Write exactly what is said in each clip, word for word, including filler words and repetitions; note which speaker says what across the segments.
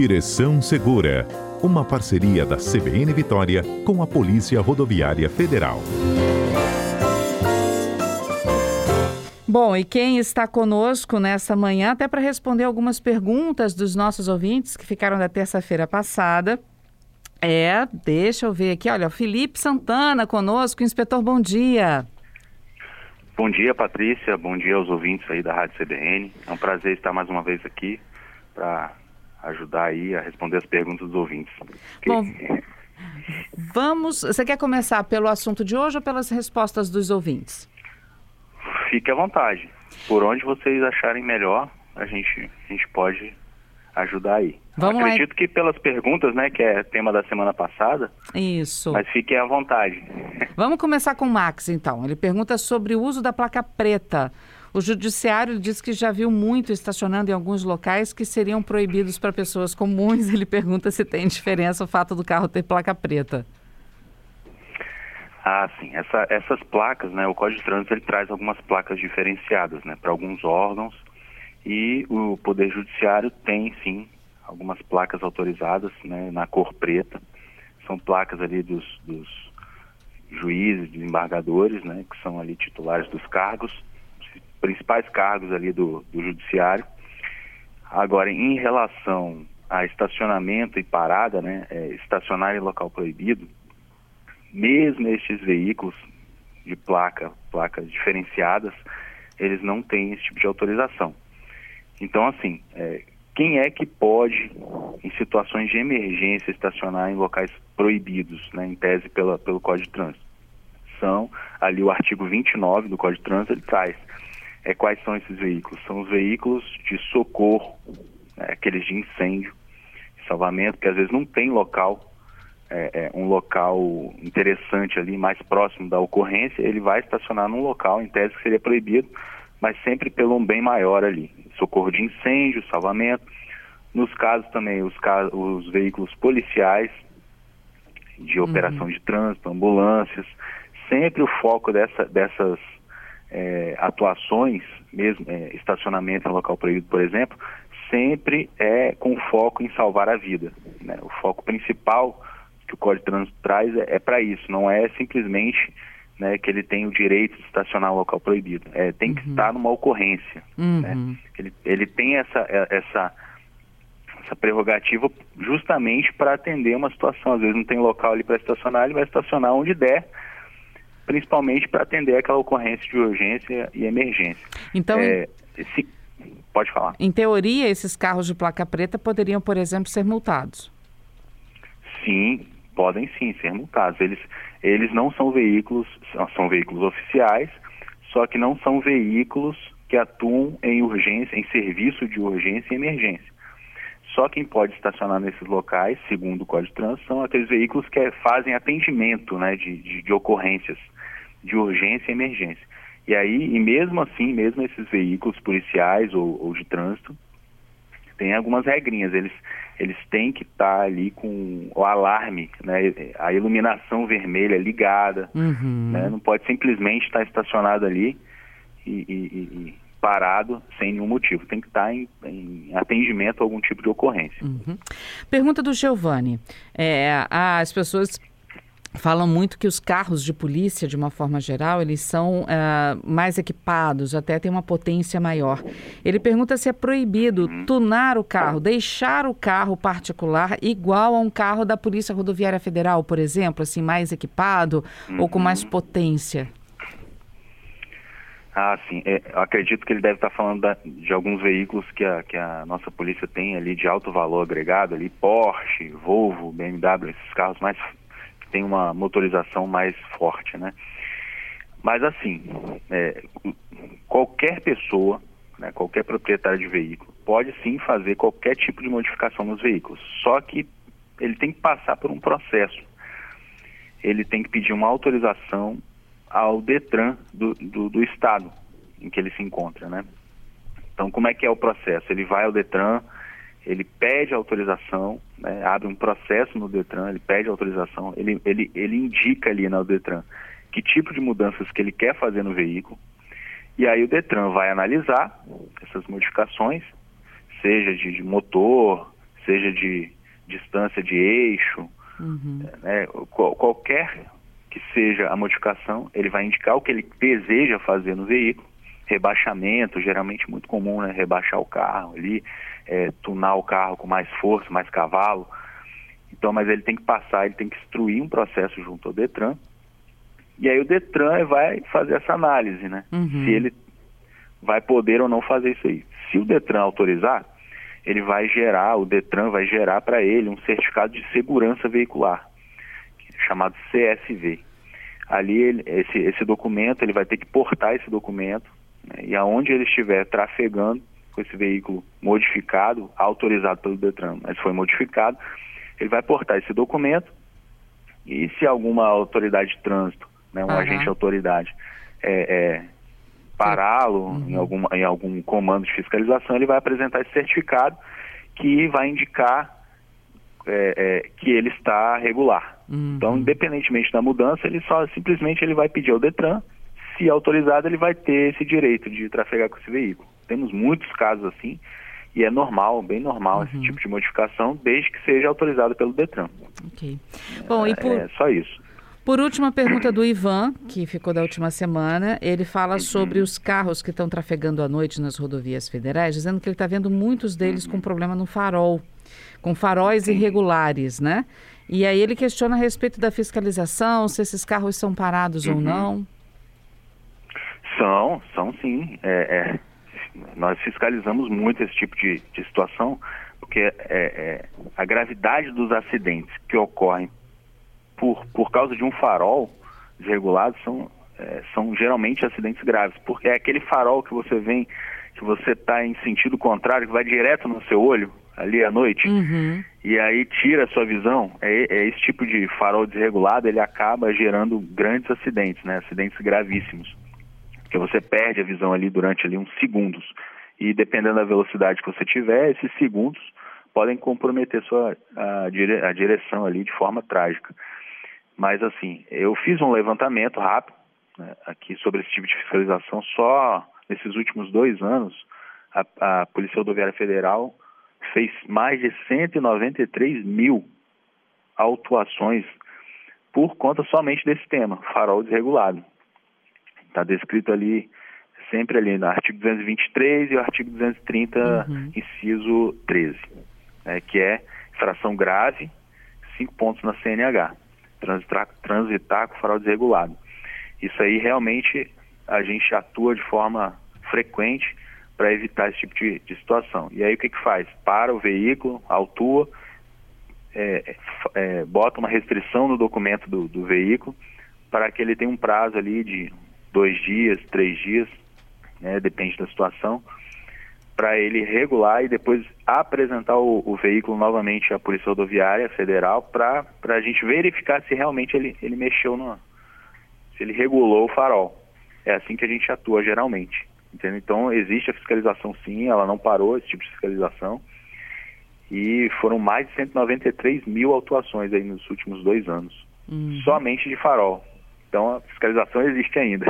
Speaker 1: Direção Segura, uma parceria da C B N Vitória com a Polícia Rodoviária Federal.
Speaker 2: Bom, e quem está conosco nessa manhã, até para responder algumas perguntas dos nossos ouvintes que ficaram da terça-feira passada, é, deixa eu ver aqui, olha, o Felipe Santana conosco. Inspetor, bom dia.
Speaker 3: Bom dia, Patrícia, bom dia aos ouvintes aí da Rádio C B N. É um prazer estar mais uma vez aqui para ajudar aí a responder as perguntas dos ouvintes.
Speaker 2: Bom, vamos, você quer começar pelo assunto de hoje ou pelas respostas dos ouvintes?
Speaker 3: Fique à vontade. Por onde vocês acharem melhor, a gente, a gente pode ajudar aí.
Speaker 2: Vamos
Speaker 3: Acredito
Speaker 2: lá.
Speaker 3: que pelas perguntas, né, que é tema da semana passada.
Speaker 2: Isso.
Speaker 3: Mas fiquem à vontade.
Speaker 2: Vamos começar com o Max, então. Ele pergunta sobre o uso da placa preta. O judiciário diz que já viu muito estacionando em alguns locais que seriam proibidos para pessoas comuns. Ele pergunta se tem diferença o fato do carro ter placa preta.
Speaker 3: Ah, sim. Essa, essas placas, né, o Código de Trânsito ele traz algumas placas diferenciadas, né, para alguns órgãos, e o Poder Judiciário tem, sim, algumas placas autorizadas, né, na cor preta. São placas ali dos, dos juízes, desembargadores, né, que são ali titulares dos cargos, os principais cargos ali do, do Judiciário. Agora, em relação a estacionamento e parada, né, é, estacionar em local proibido, mesmo estes veículos de placa, placas diferenciadas, eles não têm esse tipo de autorização. Então, assim, é, quem é que pode, em situações de emergência, estacionar em locais proibidos, né, em tese pela, pelo Código de Trânsito? São, ali o artigo vinte e nove do Código de Trânsito, ele traz. É, quais são esses veículos? São os veículos de socorro, né, aqueles de incêndio, salvamento, que às vezes não tem local, É, é, um local interessante ali, mais próximo da ocorrência, ele vai estacionar num local, em tese, que seria proibido, mas sempre pelo um bem maior ali. Socorro de incêndio, salvamento. Nos casos também, os, os veículos policiais, de uhum. operação de trânsito, ambulâncias, sempre o foco dessa, dessas é, atuações, mesmo é, estacionamento em local proibido, por exemplo, sempre é com foco em salvar a vida, né? O foco principal que o Código de Trânsito traz é, é para isso, não é simplesmente, né, que ele tem o direito de estacionar em local proibido, é, tem que uhum. estar numa ocorrência, uhum. né? ele, ele tem essa, essa, essa prerrogativa justamente para atender uma situação, às vezes não tem local ali para estacionar, ele vai estacionar onde der, principalmente para atender aquela ocorrência de urgência e emergência.
Speaker 2: Então,
Speaker 3: é, se, pode falar.
Speaker 2: Em teoria, esses carros de placa preta poderiam, por exemplo, ser multados?
Speaker 3: Sim, podem sim ser multados. Eles, eles não são veículos, são veículos oficiais, só que não são veículos que atuam em urgência, em serviço de urgência e emergência. Só quem pode estacionar nesses locais, segundo o Código de Trânsito, são aqueles veículos que fazem atendimento, né, de, de, de ocorrências de urgência e emergência. E aí, e mesmo assim, mesmo esses veículos policiais ou, ou de trânsito, tem algumas regrinhas, eles, eles têm que estar ali com o alarme, né, a iluminação vermelha ligada, uhum. né, não pode simplesmente estar estacionado ali e, e, e parado sem nenhum motivo, tem que estar em, em atendimento a algum tipo de ocorrência.
Speaker 2: Uhum. Pergunta do Giovanni, é, as pessoas falam muito que os carros de polícia, de uma forma geral, eles são uh, mais equipados, até tem uma potência maior. Ele pergunta se é proibido uhum. tunar o carro, deixar o carro particular igual a um carro da Polícia Rodoviária Federal, por exemplo, assim, mais equipado uhum. ou com mais potência.
Speaker 3: Ah, sim. É, eu acredito que ele deve estar falando da, de alguns veículos que a, que a nossa polícia tem ali de alto valor agregado, ali Porsche, Volvo, B M W, esses carros mais tem uma motorização mais forte, né? Mas assim, é, qualquer pessoa, né, qualquer proprietário de veículo, pode sim fazer qualquer tipo de modificação nos veículos, só que ele tem que passar por um processo. Ele tem que pedir uma autorização ao Detran do, do, do estado em que ele se encontra, né? Então, como é que é o processo? Ele vai ao Detran, ele pede autorização, né, abre um processo no Detran, ele pede autorização, ele, ele, ele indica ali no Detran que tipo de mudanças que ele quer fazer no veículo, e aí o Detran vai analisar essas modificações, seja de, de motor, seja de distância de eixo, uhum. né, qual, qualquer que seja a modificação, ele vai indicar o que ele deseja fazer no veículo. Rebaixamento, geralmente muito comum, né? Rebaixar o carro ali, é, tunar o carro com mais força, mais cavalo. Então, mas ele tem que passar, ele tem que instruir um processo junto ao Detran. E aí o Detran vai fazer essa análise, né? Uhum. Se ele vai poder ou não fazer isso aí. Se o Detran autorizar, ele vai gerar, o Detran vai gerar para ele um certificado de segurança veicular, chamado C S V. Ali, ele, esse, esse documento, ele vai ter que portar esse documento, né, e aonde ele estiver trafegando com esse veículo modificado, autorizado pelo Detran, mas foi modificado, ele vai portar esse documento, e se alguma autoridade de trânsito, né, um uhum. agente de autoridade, é, é, pará-lo uhum. em, alguma, em algum comando de fiscalização, ele vai apresentar esse certificado que vai indicar é, é, que ele está regular. Uhum. Então, independentemente da mudança, ele só simplesmente ele vai pedir ao Detran, se autorizado, ele vai ter esse direito de trafegar com esse veículo. Temos muitos casos assim, e é normal, bem normal uhum. esse tipo de modificação, desde que seja autorizado pelo Detran.
Speaker 2: Ok. Bom, e por...
Speaker 3: É só isso.
Speaker 2: Por último, a pergunta do Ivan, que ficou da última semana, ele fala uhum. sobre os carros que estão trafegando à noite nas rodovias federais, dizendo que ele está vendo muitos deles uhum. com problema no farol, com faróis Sim. irregulares, né? E aí ele questiona a respeito da fiscalização, se esses carros são parados uhum. ou não.
Speaker 3: São, são sim. É, é, nós fiscalizamos muito esse tipo de, de situação, porque é, é, a gravidade dos acidentes que ocorrem por, por causa de um farol desregulado são, é, são geralmente acidentes graves, porque é aquele farol que você vem, que você está em sentido contrário, que vai direto no seu olho, ali à noite, uhum. e aí tira a sua visão. É, é esse tipo de farol desregulado, ele acaba gerando grandes acidentes, né? Acidentes gravíssimos, porque você perde a visão ali durante ali uns segundos, e dependendo da velocidade que você tiver, esses segundos podem comprometer sua, a, dire, a direção ali de forma trágica. Mas assim, eu fiz um levantamento rápido, né, aqui sobre esse tipo de fiscalização. Só nesses últimos dois anos, a, a Polícia Rodoviária Federal fez mais de cento e noventa e três mil autuações por conta somente desse tema, farol desregulado. Está descrito ali, sempre ali no artigo duzentos e vinte e três e o artigo duzentos e trinta, uhum. inciso treze, né, que é infração grave, cinco pontos na C N H, transitar, transitar com farol desregulado. Isso aí realmente a gente atua de forma frequente para evitar esse tipo de, de situação. E aí o que que faz? Para o veículo, autua, é, é, bota uma restrição no documento do, do veículo para que ele tenha um prazo ali de dois dias, três dias, né, depende da situação, para ele regular e depois apresentar o, o veículo novamente à Polícia Rodoviária Federal para a gente verificar se realmente ele, ele mexeu no... se ele regulou o farol. É assim que a gente atua geralmente. Entendeu? Então existe a fiscalização sim, ela não parou, esse tipo de fiscalização, e foram mais de cento e noventa e três mil autuações aí nos últimos dois anos, uhum. somente de farol. Então a fiscalização existe ainda.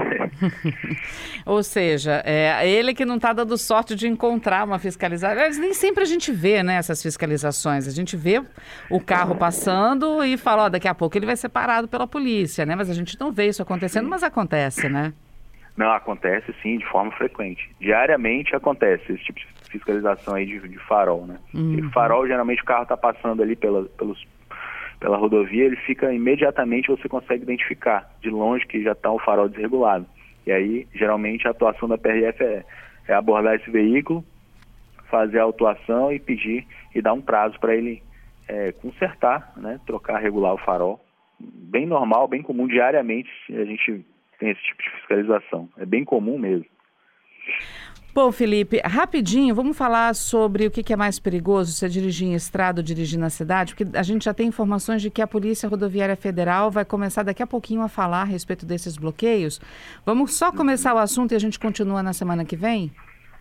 Speaker 2: Ou seja, é ele que não está dando sorte de encontrar uma fiscalização. Nem sempre a gente vê, né, essas fiscalizações. A gente vê o carro passando e fala, ó, daqui a pouco ele vai ser parado pela polícia, né? Mas a gente não vê isso acontecendo, mas acontece, né?
Speaker 3: Não, acontece sim, de forma frequente. Diariamente acontece esse tipo de fiscalização aí de, de farol, né? Uhum. E farol, geralmente o carro está passando ali pela, pelos, pela rodovia, ele fica imediatamente, você consegue identificar de longe que já está o farol desregulado. E aí, geralmente, a atuação da P R F é, é abordar esse veículo, fazer a autuação e pedir e dar um prazo para ele é, consertar, né? Trocar, regular o farol. Bem normal, bem comum, diariamente a gente tem esse tipo de fiscalização. É bem comum mesmo.
Speaker 2: Bom, Felipe, rapidinho, vamos falar sobre o que é mais perigoso, se é dirigir em estrada ou dirigir na cidade, porque a gente já tem informações de que a Polícia Rodoviária Federal vai começar daqui a pouquinho a falar a respeito desses bloqueios. Vamos só começar o assunto e a gente continua na semana que vem?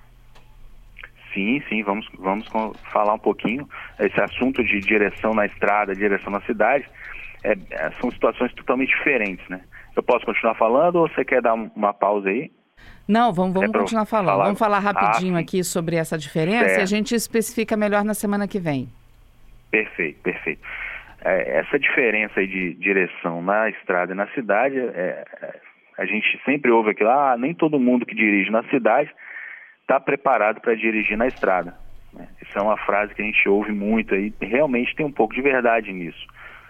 Speaker 3: Sim, sim, vamos, vamos falar um pouquinho. Esse assunto de direção na estrada, direção na cidade, é, são situações totalmente diferentes, né? Eu posso continuar falando ou você quer dar uma pausa aí?
Speaker 2: Não, vamos, vamos
Speaker 3: é
Speaker 2: continuar falando.
Speaker 3: Falar...
Speaker 2: Vamos falar rapidinho
Speaker 3: ah,
Speaker 2: aqui sobre essa diferença certo. E a gente especifica melhor na semana que vem.
Speaker 3: Perfeito, perfeito. É, essa diferença aí de direção na estrada e na cidade, é, é, a gente sempre ouve aquilo, ah, nem todo mundo que dirige na cidade está preparado para dirigir na estrada. Né? Essa é uma frase que a gente ouve muito aí, realmente tem um pouco de verdade nisso.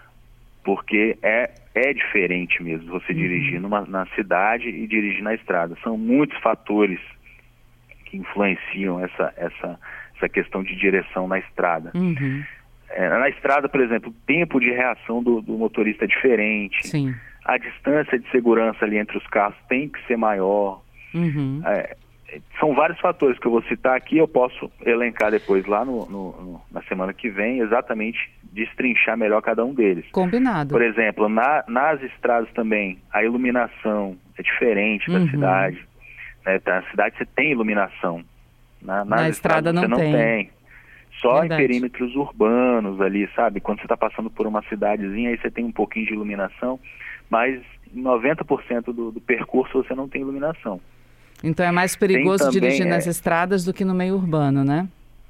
Speaker 3: Porque é, é diferente mesmo você uhum. dirigir numa, na cidade e dirigir na estrada. São muitos fatores que influenciam essa, essa, essa questão de direção na estrada.
Speaker 2: Uhum.
Speaker 3: É, na estrada, por exemplo, o tempo de reação do, do motorista é diferente.
Speaker 2: Sim.
Speaker 3: A distância de segurança ali entre os carros tem que ser maior.
Speaker 2: Uhum.
Speaker 3: É, são vários fatores que eu vou citar aqui, eu posso elencar depois lá no, no, no, na semana que vem, exatamente destrinchar melhor cada um deles.
Speaker 2: Combinado.
Speaker 3: Por exemplo, na, nas estradas também, a iluminação é diferente da
Speaker 2: uhum.
Speaker 3: cidade. Né? Na cidade você tem iluminação. Na, nas
Speaker 2: na estrada não
Speaker 3: você não
Speaker 2: tem.
Speaker 3: tem. Só
Speaker 2: Verdade.
Speaker 3: Em perímetros urbanos ali, sabe? Quando você está passando por uma cidadezinha, aí você tem um pouquinho de iluminação, mas em noventa por cento do, do percurso você não tem iluminação.
Speaker 2: Então é mais perigoso
Speaker 3: também,
Speaker 2: dirigir
Speaker 3: é...
Speaker 2: nas estradas do que no meio urbano, né?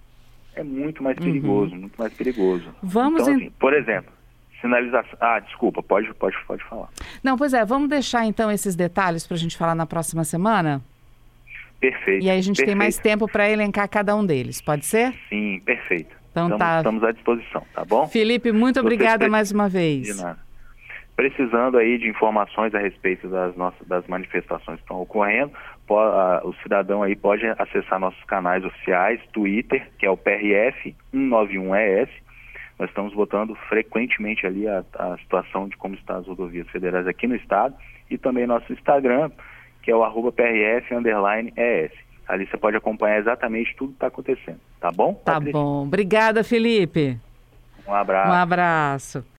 Speaker 3: É muito mais perigoso,
Speaker 2: uhum.
Speaker 3: muito mais perigoso.
Speaker 2: Vamos
Speaker 3: então,
Speaker 2: em...
Speaker 3: assim, por exemplo, sinalização... Ah, desculpa, pode, pode, pode falar.
Speaker 2: Não, pois é, vamos deixar então esses detalhes para a gente falar na próxima semana?
Speaker 3: Perfeito.
Speaker 2: E aí a gente
Speaker 3: perfeito.
Speaker 2: tem mais tempo para elencar cada um deles, pode ser?
Speaker 3: Sim, perfeito.
Speaker 2: Então
Speaker 3: estamos,
Speaker 2: tá.
Speaker 3: Estamos à disposição, tá bom?
Speaker 2: Felipe, muito obrigada pre... mais uma vez.
Speaker 3: De nada. Precisando aí de informações a respeito das nossas das manifestações que estão ocorrendo, pode, uh, o cidadão aí pode acessar nossos canais oficiais, Twitter, que é o P R F cento e noventa e um E S. Nós estamos botando frequentemente ali a, a situação de como estão as rodovias federais aqui no estado, e também nosso Instagram, que é o arroba P R F underline E S. Ali você pode acompanhar exatamente tudo que está acontecendo, tá bom?
Speaker 2: Tá
Speaker 3: Patrícia?
Speaker 2: bom. Obrigada, Felipe.
Speaker 3: Um abraço.
Speaker 2: Um abraço.